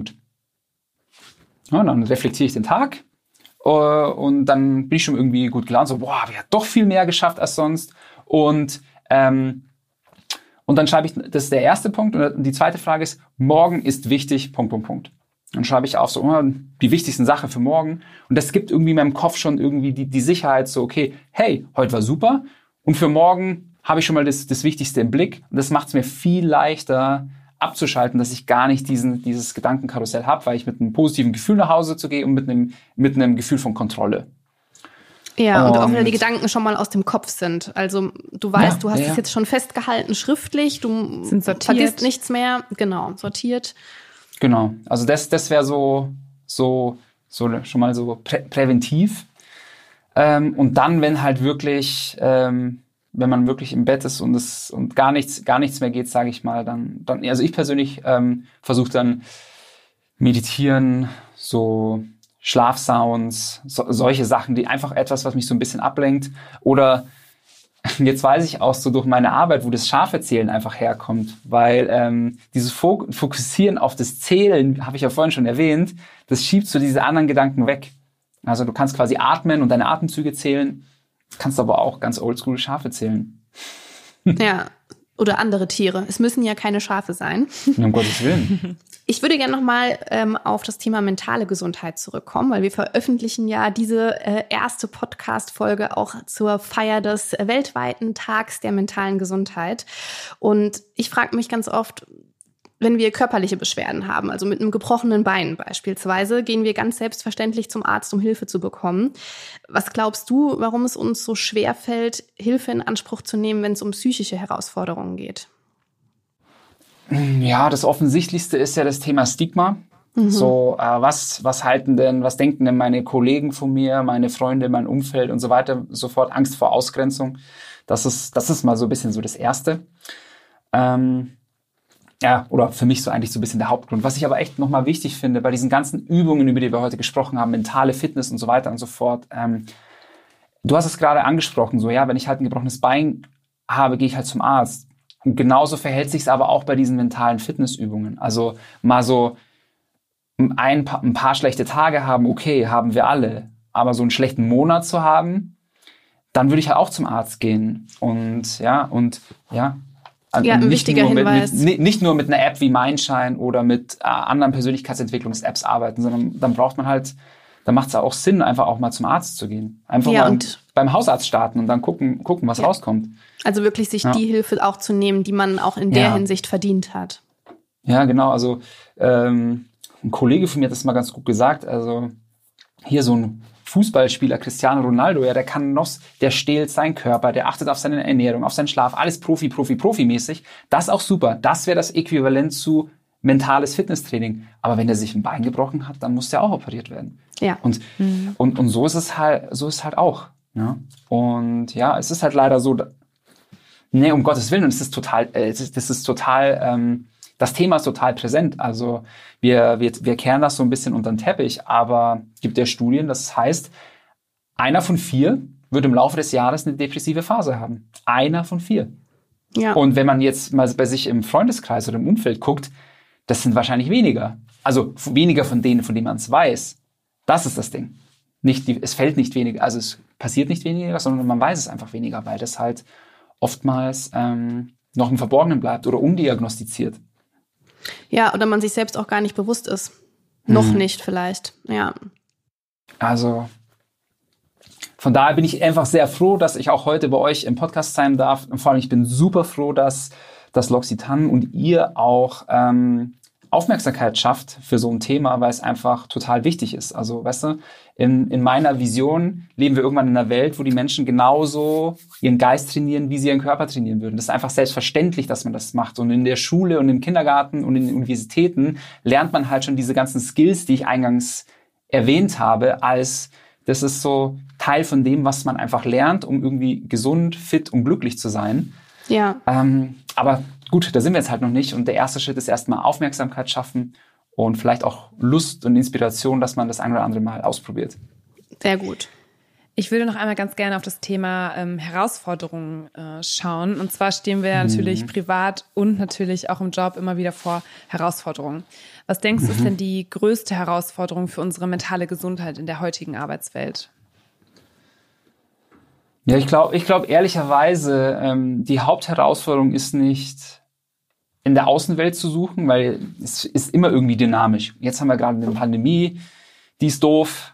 Ja, dann reflektiere ich den Tag und dann bin ich schon irgendwie gut gelaunt. So, boah, wir haben doch viel mehr geschafft als sonst. Und dann schreibe ich, das ist der erste Punkt. Und die zweite Frage ist, morgen ist wichtig, ... Dann schreibe ich auf so die wichtigsten Sachen für morgen. Und das gibt irgendwie in meinem Kopf schon irgendwie die Sicherheit so, okay, hey, heute war super. Und für morgen habe ich schon mal das Wichtigste im Blick. Und das macht es mir viel leichter abzuschalten, dass ich gar nicht dieses Gedankenkarussell habe, weil ich mit einem positiven Gefühl nach Hause zu gehe und mit einem Gefühl von Kontrolle. Ja, und auch wieder die Gedanken schon mal aus dem Kopf sind. Also du weißt, du hast es jetzt schon festgehalten schriftlich, du vergisst nichts mehr. Genau, sortiert. Genau, also das wäre so schon mal so präventiv. Und dann, wenn halt wirklich, wenn man wirklich im Bett ist und gar nichts mehr geht, sage ich mal, dann also ich persönlich versuche dann meditieren, so Schlafsounds, solche Sachen, die einfach etwas, was mich so ein bisschen ablenkt. Oder jetzt weiß ich auch so durch meine Arbeit, wo das Schafezählen einfach herkommt, weil dieses Fokussieren auf das Zählen, habe ich ja vorhin schon erwähnt, das schiebt so diese anderen Gedanken weg. Also du kannst quasi atmen und deine Atemzüge zählen, kannst aber auch ganz oldschool Schafe zählen. Ja, oder andere Tiere. Es müssen ja keine Schafe sein. Um Gottes Willen. Ich würde gerne nochmal auf das Thema mentale Gesundheit zurückkommen, weil wir veröffentlichen ja diese erste Podcast-Folge auch zur Feier des weltweiten Tags der mentalen Gesundheit. Und ich frage mich ganz oft, wenn wir körperliche Beschwerden haben, also mit einem gebrochenen Bein beispielsweise, gehen wir ganz selbstverständlich zum Arzt, um Hilfe zu bekommen. Was glaubst du, warum es uns so schwer fällt, Hilfe in Anspruch zu nehmen, wenn es um psychische Herausforderungen geht? Ja, das Offensichtlichste ist ja das Thema Stigma. So, was denken denn meine Kollegen von mir, meine Freunde, mein Umfeld und so weiter, sofort Angst vor Ausgrenzung. Das ist mal so ein bisschen so das Erste. Ja, oder für mich so eigentlich so ein bisschen der Hauptgrund. Was ich aber echt nochmal wichtig finde, bei diesen ganzen Übungen, über die wir heute gesprochen haben, mentale Fitness und so weiter und so fort, du hast es gerade angesprochen, so, ja, wenn ich halt ein gebrochenes Bein habe, gehe ich halt zum Arzt. Und genauso verhält sich es aber auch bei diesen mentalen Fitnessübungen. Also mal so ein paar schlechte Tage haben, okay, haben wir alle. Aber so einen schlechten Monat zu haben, dann würde ich halt auch zum Arzt gehen. Ja, ein wichtiger Hinweis. Nicht nur mit einer App wie Mindshine oder mit anderen Persönlichkeitsentwicklungs-Apps arbeiten, sondern dann braucht man halt dann macht es auch Sinn, einfach auch mal zum Arzt zu gehen. Einfach mal beim Hausarzt starten und dann gucken, was rauskommt. Also wirklich sich die Hilfe auch zu nehmen, die man auch in der Hinsicht verdient hat. Ja, genau. Also ein Kollege von mir hat das mal ganz gut gesagt. Also hier so ein Fußballspieler, Cristiano Ronaldo, ja, der stählt seinen Körper, der achtet auf seine Ernährung, auf seinen Schlaf, alles profimäßig. Das ist auch super. Das wäre das Äquivalent zu mentales Fitnesstraining. Aber wenn der sich ein Bein gebrochen hat, dann muss der auch operiert werden. Ja. Und so ist es halt auch. Ja? Und ja, es ist halt leider so, um Gottes Willen, und es ist total, das Thema ist total präsent. Also wir kehren das so ein bisschen unter den Teppich, aber es gibt ja Studien, das heißt, 1 von 4 wird im Laufe des Jahres eine depressive Phase haben. 1 von 4. Ja. Und wenn man jetzt mal bei sich im Freundeskreis oder im Umfeld guckt, das sind wahrscheinlich weniger. Also weniger von denen man es weiß. Das ist das Ding. Es fällt nicht weniger, also es passiert nicht weniger, sondern man weiß es einfach weniger, weil das halt oftmals noch im Verborgenen bleibt oder undiagnostiziert. Ja, oder man sich selbst auch gar nicht bewusst ist. Noch nicht vielleicht, ja. Also von daher bin ich einfach sehr froh, dass ich auch heute bei euch im Podcast sein darf. Und vor allem, ich bin super froh, dass L'Occitane und ihr auch Aufmerksamkeit schafft für so ein Thema, weil es einfach total wichtig ist. Also, weißt du, in meiner Vision leben wir irgendwann in einer Welt, wo die Menschen genauso ihren Geist trainieren, wie sie ihren Körper trainieren würden. Das ist einfach selbstverständlich, dass man das macht. Und in der Schule und im Kindergarten und in den Universitäten lernt man halt schon diese ganzen Skills, die ich eingangs erwähnt habe, das ist so Teil von dem, was man einfach lernt, um irgendwie gesund, fit und glücklich zu sein. Ja. Aber gut, da sind wir jetzt halt noch nicht. Und der erste Schritt ist erstmal Aufmerksamkeit schaffen und vielleicht auch Lust und Inspiration, dass man das ein oder andere Mal ausprobiert. Sehr gut. Ich würde noch einmal ganz gerne auf das Thema Herausforderungen schauen. Und zwar stehen wir natürlich privat und natürlich auch im Job immer wieder vor Herausforderungen. Was denkst du, ist denn die größte Herausforderung für unsere mentale Gesundheit in der heutigen Arbeitswelt? Ja, ich glaube ehrlicherweise, die Hauptherausforderung ist nicht in der Außenwelt zu suchen, weil es ist immer irgendwie dynamisch. Jetzt haben wir gerade eine Pandemie, die ist doof.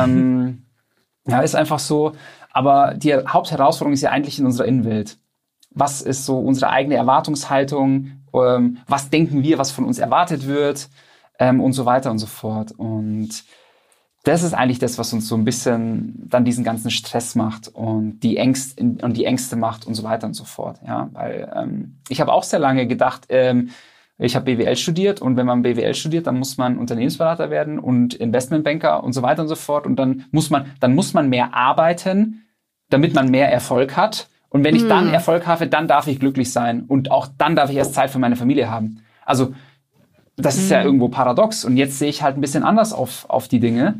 Ja, ist einfach so. Aber die Hauptherausforderung ist ja eigentlich in unserer Innenwelt. Was ist so unsere eigene Erwartungshaltung? Was denken wir, was von uns erwartet wird? Und so weiter und so fort. Und das ist eigentlich das, was uns so ein bisschen dann diesen ganzen Stress macht und die Ängste macht und so weiter und so fort. Ja, weil ich habe auch sehr lange gedacht, ich habe BWL studiert und wenn man BWL studiert, dann muss man Unternehmensberater werden und Investmentbanker und so weiter und so fort. Und dann muss man mehr arbeiten, damit man mehr Erfolg hat. Und wenn ich dann Erfolg habe, dann darf ich glücklich sein. Und auch dann darf ich erst Zeit für meine Familie haben. Also das ist ja irgendwo paradox. Und jetzt sehe ich halt ein bisschen anders auf die Dinge.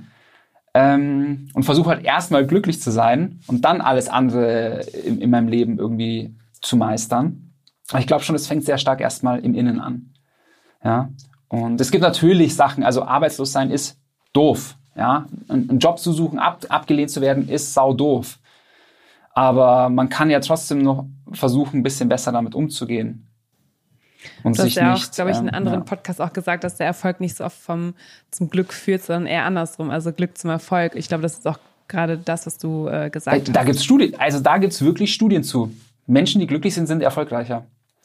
Und versuche halt erstmal glücklich zu sein und dann alles andere in meinem Leben irgendwie zu meistern. Aber ich glaube schon, es fängt sehr stark erstmal im Innen an. Ja? Und es gibt natürlich Sachen, also arbeitslos sein ist doof. Ja? Einen Job zu suchen, abgelehnt zu werden, ist sau doof. Aber man kann ja trotzdem noch versuchen, ein bisschen besser damit umzugehen. Und du sich hast ja nicht, auch, glaube ich, in einem anderen Podcast auch gesagt, dass der Erfolg nicht so oft zum Glück führt, sondern eher andersrum. Also Glück zum Erfolg. Ich glaube, das ist auch gerade das, was du gesagt hast. Da gibt's Studien, also da gibt's wirklich Studien zu. Menschen, die glücklich sind erfolgreicher.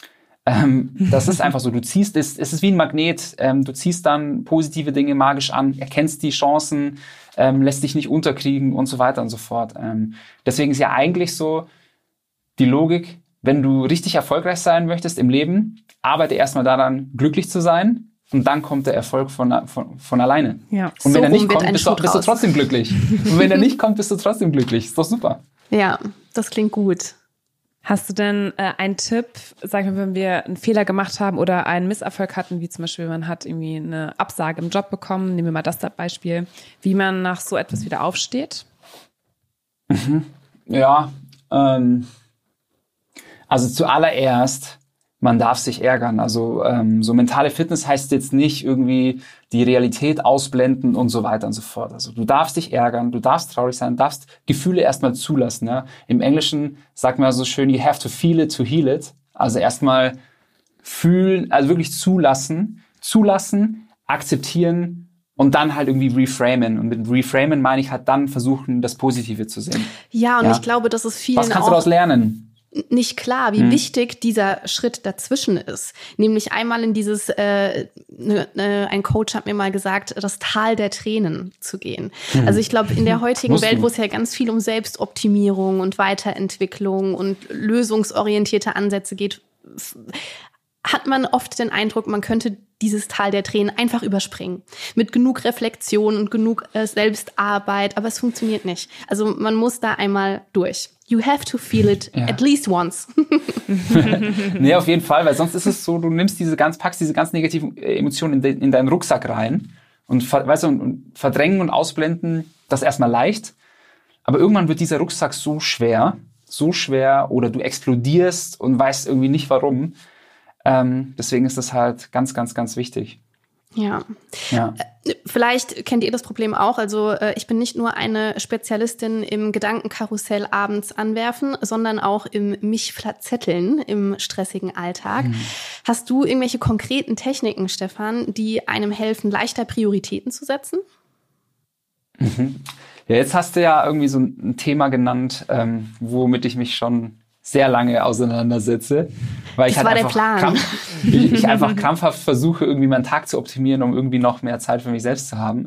Das ist einfach so. Es ist wie ein Magnet. Du ziehst dann positive Dinge magisch an, erkennst die Chancen, lässt dich nicht unterkriegen und so weiter und so fort. Deswegen ist ja eigentlich so die Logik, wenn du richtig erfolgreich sein möchtest im Leben, arbeite erstmal daran, glücklich zu sein. Und dann kommt der Erfolg von alleine. Ja. Und wenn er nicht kommt, bist du trotzdem glücklich. Und wenn er nicht kommt, bist du trotzdem glücklich. Ist doch super. Ja, das klingt gut. Hast du denn einen Tipp, sagen wir, wenn wir einen Fehler gemacht haben oder einen Misserfolg hatten, wie zum Beispiel man hat irgendwie eine Absage im Job bekommen, nehmen wir mal das Beispiel, wie man nach so etwas wieder aufsteht? Ja, also zuallererst, man darf sich ärgern. Also so mentale Fitness heißt jetzt nicht irgendwie die Realität ausblenden und so weiter und so fort. Also du darfst dich ärgern, du darfst traurig sein, darfst Gefühle erstmal zulassen. Ja? Im Englischen sagt man so schön, you have to feel it to heal it. Also erstmal fühlen, also wirklich zulassen, akzeptieren und dann halt irgendwie reframen. Und mit reframen meine ich halt dann versuchen, das Positive zu sehen. Ja, und ich glaube, das ist vielen Was kannst du daraus lernen? Nicht klar, wie wichtig dieser Schritt dazwischen ist. Nämlich einmal in dieses, ein Coach hat mir mal gesagt, das Tal der Tränen zu gehen. Also ich glaube, in der heutigen Welt, wo es ja ganz viel um Selbstoptimierung und Weiterentwicklung und lösungsorientierte Ansätze geht, hat man oft den Eindruck, man könnte dieses Tal der Tränen einfach überspringen. Mit genug Reflexion und genug Selbstarbeit, aber es funktioniert nicht. Also man muss da einmal durch. You have to feel it at least once. Nee, auf jeden Fall, weil sonst ist es so, du nimmst packst diese ganz negativen Emotionen in deinen Rucksack rein und verdrängen und ausblenden das erstmal leicht. Aber irgendwann wird dieser Rucksack so schwer oder du explodierst und weißt irgendwie nicht warum. Deswegen ist das halt ganz, ganz, ganz wichtig. Ja. Vielleicht kennt ihr das Problem auch. Also ich bin nicht nur eine Spezialistin im Gedankenkarussell abends anwerfen, sondern auch im mich verzetteln im stressigen Alltag. Hast du irgendwelche konkreten Techniken, Stefan, die einem helfen, leichter Prioritäten zu setzen? Ja, jetzt hast du ja irgendwie so ein Thema genannt, womit ich mich schon sehr lange auseinandersetze. Weil das war der Plan. Ich einfach krampfhaft versuche, irgendwie meinen Tag zu optimieren, um irgendwie noch mehr Zeit für mich selbst zu haben.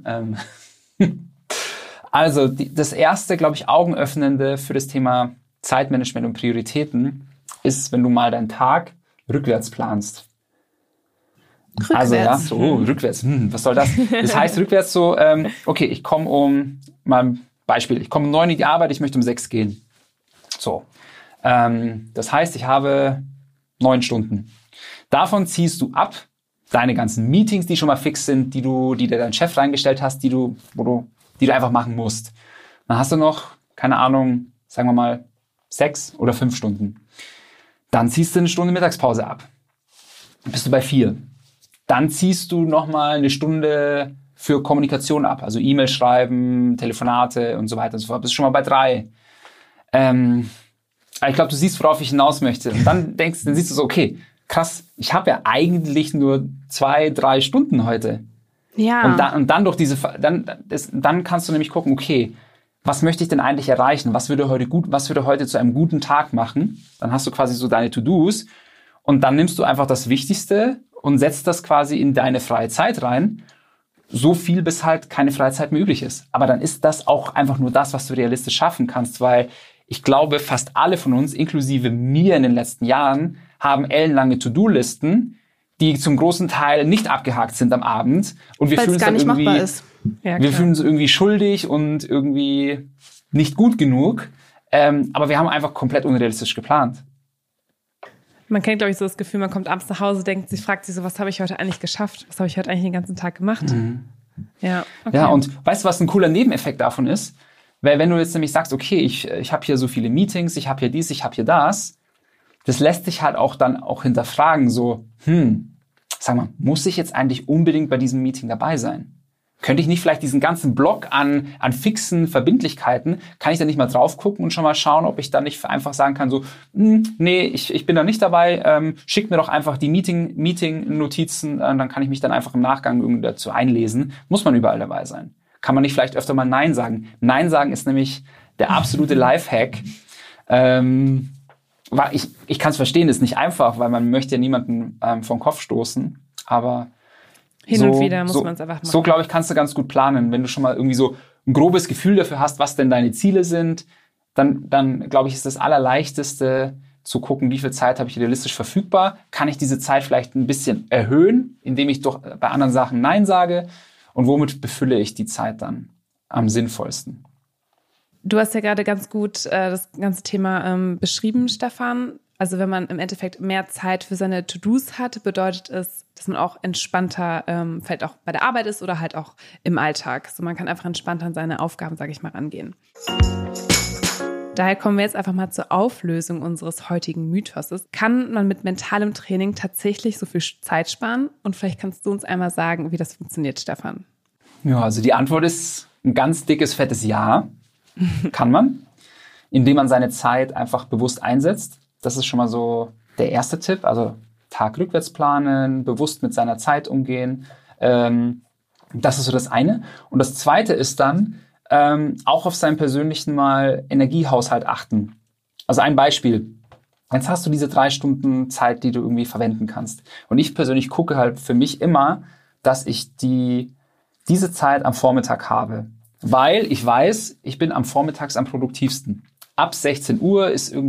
Also das erste, glaube ich, Augenöffnende für das Thema Zeitmanagement und Prioritäten ist, wenn du mal deinen Tag rückwärts planst. Rückwärts? Also ja, so rückwärts. Was soll das? Das heißt rückwärts so, okay, ich komme um 9 Uhr in die Arbeit, ich möchte um 6 gehen. So. Das heißt, ich habe 9 Stunden. Davon ziehst du ab deine ganzen Meetings, die schon mal fix sind, die dir dein Chef reingestellt hast, die du einfach machen musst. Dann hast du noch, keine Ahnung, sagen wir mal 6 oder 5 Stunden. Dann ziehst du eine Stunde Mittagspause ab. Dann bist du bei 4. Dann ziehst du nochmal eine Stunde für Kommunikation ab, also E-Mail schreiben, Telefonate und so weiter und so fort. Bist schon mal bei 3. Ich glaube, du siehst, worauf ich hinaus möchte. Und dann siehst du so, okay, krass, ich habe ja eigentlich nur 2-3 Stunden heute. Ja. Und dann durch dann kannst du nämlich gucken, okay, was möchte ich denn eigentlich erreichen? Was würde heute zu einem guten Tag machen? Dann hast du quasi so deine To-Dos und dann nimmst du einfach das Wichtigste und setzt das quasi in deine freie Zeit rein. So viel, bis halt keine Freizeit mehr übrig ist. Aber dann ist das auch einfach nur das, was du realistisch schaffen kannst, weil ich glaube, fast alle von uns, inklusive mir in den letzten Jahren, haben ellenlange To-Do-Listen, die zum großen Teil nicht abgehakt sind am Abend. Und wir fühlen uns dann irgendwie, wir fühlen uns irgendwie schuldig und irgendwie nicht gut genug. Aber wir haben einfach komplett unrealistisch geplant. Man kennt, glaube ich, so das Gefühl, man kommt abends nach Hause, fragt sich so, was habe ich heute eigentlich geschafft? Was habe ich heute eigentlich den ganzen Tag gemacht? Ja, okay. Ja, und weißt du, was ein cooler Nebeneffekt davon ist? Weil wenn du jetzt nämlich sagst, okay, ich habe hier so viele Meetings, ich habe hier dies, ich habe hier das lässt sich halt auch hinterfragen, so, sag mal, muss ich jetzt eigentlich unbedingt bei diesem Meeting dabei sein? Könnte ich nicht vielleicht diesen ganzen Block an fixen Verbindlichkeiten, kann ich da nicht mal drauf gucken und schon mal schauen, ob ich da nicht einfach sagen kann, so, nee, ich bin da nicht dabei, schickt mir doch einfach die Meeting-Notizen, dann kann ich mich dann einfach im Nachgang irgendwie dazu einlesen. Muss man überall dabei sein? Kann man nicht vielleicht öfter mal Nein sagen? Nein sagen ist nämlich der absolute Lifehack. Ich kann es verstehen, ist nicht einfach, weil man möchte ja niemanden vom Kopf stoßen, aber hin und wieder muss man es einfach machen. So, glaube ich, kannst du ganz gut planen. Wenn du schon mal irgendwie so ein grobes Gefühl dafür hast, was denn deine Ziele sind, dann glaube ich, ist das Allerleichteste zu gucken, wie viel Zeit habe ich realistisch verfügbar. Kann ich diese Zeit vielleicht ein bisschen erhöhen, indem ich doch bei anderen Sachen Nein sage? Und womit befülle ich die Zeit dann am sinnvollsten? Du hast ja gerade ganz gut das ganze Thema beschrieben, Stefan. Also wenn man im Endeffekt mehr Zeit für seine To-Dos hat, bedeutet es, dass man auch entspannter vielleicht auch bei der Arbeit ist oder halt auch im Alltag. So man kann einfach entspannter an seine Aufgaben, sage ich mal, rangehen. Daher kommen wir jetzt einfach mal zur Auflösung unseres heutigen Mythoses. Kann man mit mentalem Training tatsächlich so viel Zeit sparen? Und vielleicht kannst du uns einmal sagen, wie das funktioniert, Stefan. Ja, also die Antwort ist ein ganz dickes, fettes Ja. Kann man, indem man seine Zeit einfach bewusst einsetzt. Das ist schon mal so der erste Tipp. Also Tag rückwärts planen, bewusst mit seiner Zeit umgehen. Das ist so das eine. Und das zweite ist dann, auch auf seinen persönlichen Energiehaushalt achten. Also ein Beispiel. Jetzt hast du diese 3 Stunden Zeit, die du irgendwie verwenden kannst. Und ich persönlich gucke halt für mich immer, dass ich diese Zeit am Vormittag habe. Weil ich weiß, ich bin am Vormittags am produktivsten. Ab 16 Uhr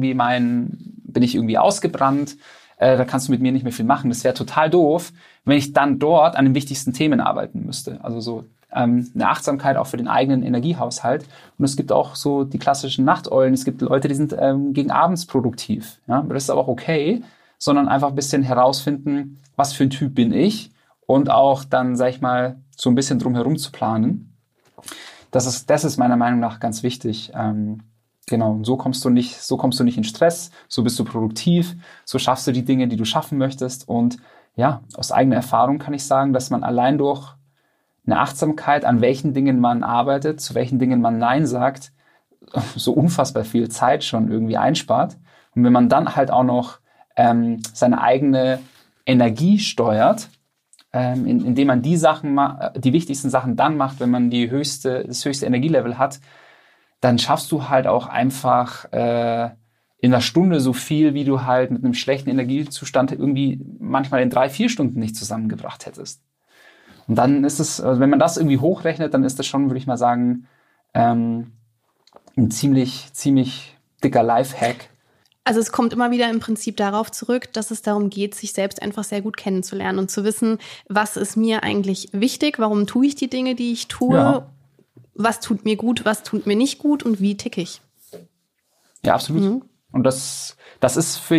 bin ich irgendwie ausgebrannt. Da kannst du mit mir nicht mehr viel machen. Das wäre total doof, wenn ich dann dort an den wichtigsten Themen arbeiten müsste. Also so eine Achtsamkeit auch für den eigenen Energiehaushalt. Und es gibt auch so die klassischen Nachteulen. Es gibt Leute, die sind gegen abends produktiv. Ja? Das ist aber auch okay, sondern einfach ein bisschen herausfinden, was für ein Typ bin ich und auch dann, sag ich mal, so ein bisschen drumherum zu planen. Das ist meiner Meinung nach ganz wichtig. Genau, und so kommst du nicht in Stress, so bist du produktiv, so schaffst du die Dinge, die du schaffen möchtest. Und ja, aus eigener Erfahrung kann ich sagen, dass man allein durch eine Achtsamkeit, an welchen Dingen man arbeitet, zu welchen Dingen man Nein sagt, so unfassbar viel Zeit schon irgendwie einspart. Und wenn man dann halt auch noch seine eigene Energie steuert, indem man die wichtigsten Sachen dann macht, wenn man das höchste Energielevel hat, dann schaffst du halt auch einfach in einer Stunde so viel, wie du halt mit einem schlechten Energiezustand irgendwie manchmal in 3-4 Stunden nicht zusammengebracht hättest. Und dann ist es, also wenn man das irgendwie hochrechnet, dann ist das schon, würde ich mal sagen, ein ziemlich dicker Lifehack. Also es kommt immer wieder im Prinzip darauf zurück, dass es darum geht, sich selbst einfach sehr gut kennenzulernen und zu wissen, was ist mir eigentlich wichtig, warum tue ich die Dinge, die ich tue, Ja. Was tut mir gut, was tut mir nicht gut und wie ticke ich. Ja, absolut. Und das ist für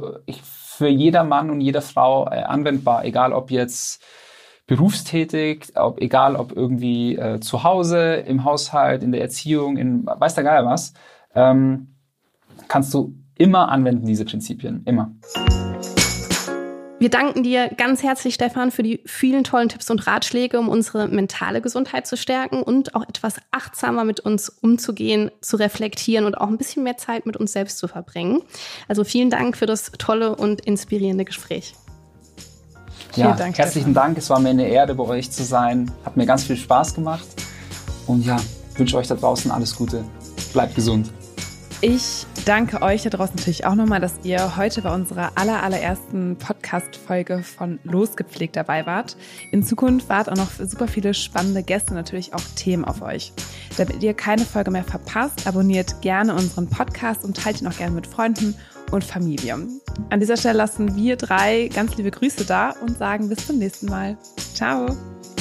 jeder Mann und jede Frau anwendbar, egal ob jetzt berufstätig, egal ob irgendwie zu Hause, im Haushalt, in der Erziehung, in weiß der Geier was, kannst du immer anwenden, diese Prinzipien, immer. Wir danken dir ganz herzlich, Stefan, für die vielen tollen Tipps und Ratschläge, um unsere mentale Gesundheit zu stärken und auch etwas achtsamer mit uns umzugehen, zu reflektieren und auch ein bisschen mehr Zeit mit uns selbst zu verbringen. Also vielen Dank für das tolle und inspirierende Gespräch. Ja, Vielen Dank, herzlichen Stefan. Dank. Es war mir eine Ehre, bei euch zu sein. Hat mir ganz viel Spaß gemacht. Und ja, wünsche euch da draußen alles Gute. Bleibt gesund. Ich danke euch da draußen natürlich auch nochmal, dass ihr heute bei unserer allerersten Podcast-Folge von Losgepflegt dabei wart. In Zukunft warten auch noch super viele spannende Gäste, natürlich auch Themen auf euch. Damit ihr keine Folge mehr verpasst, abonniert gerne unseren Podcast und teilt ihn auch gerne mit Freunden und Familie. An dieser Stelle lassen wir 3 ganz liebe Grüße da und sagen bis zum nächsten Mal. Ciao!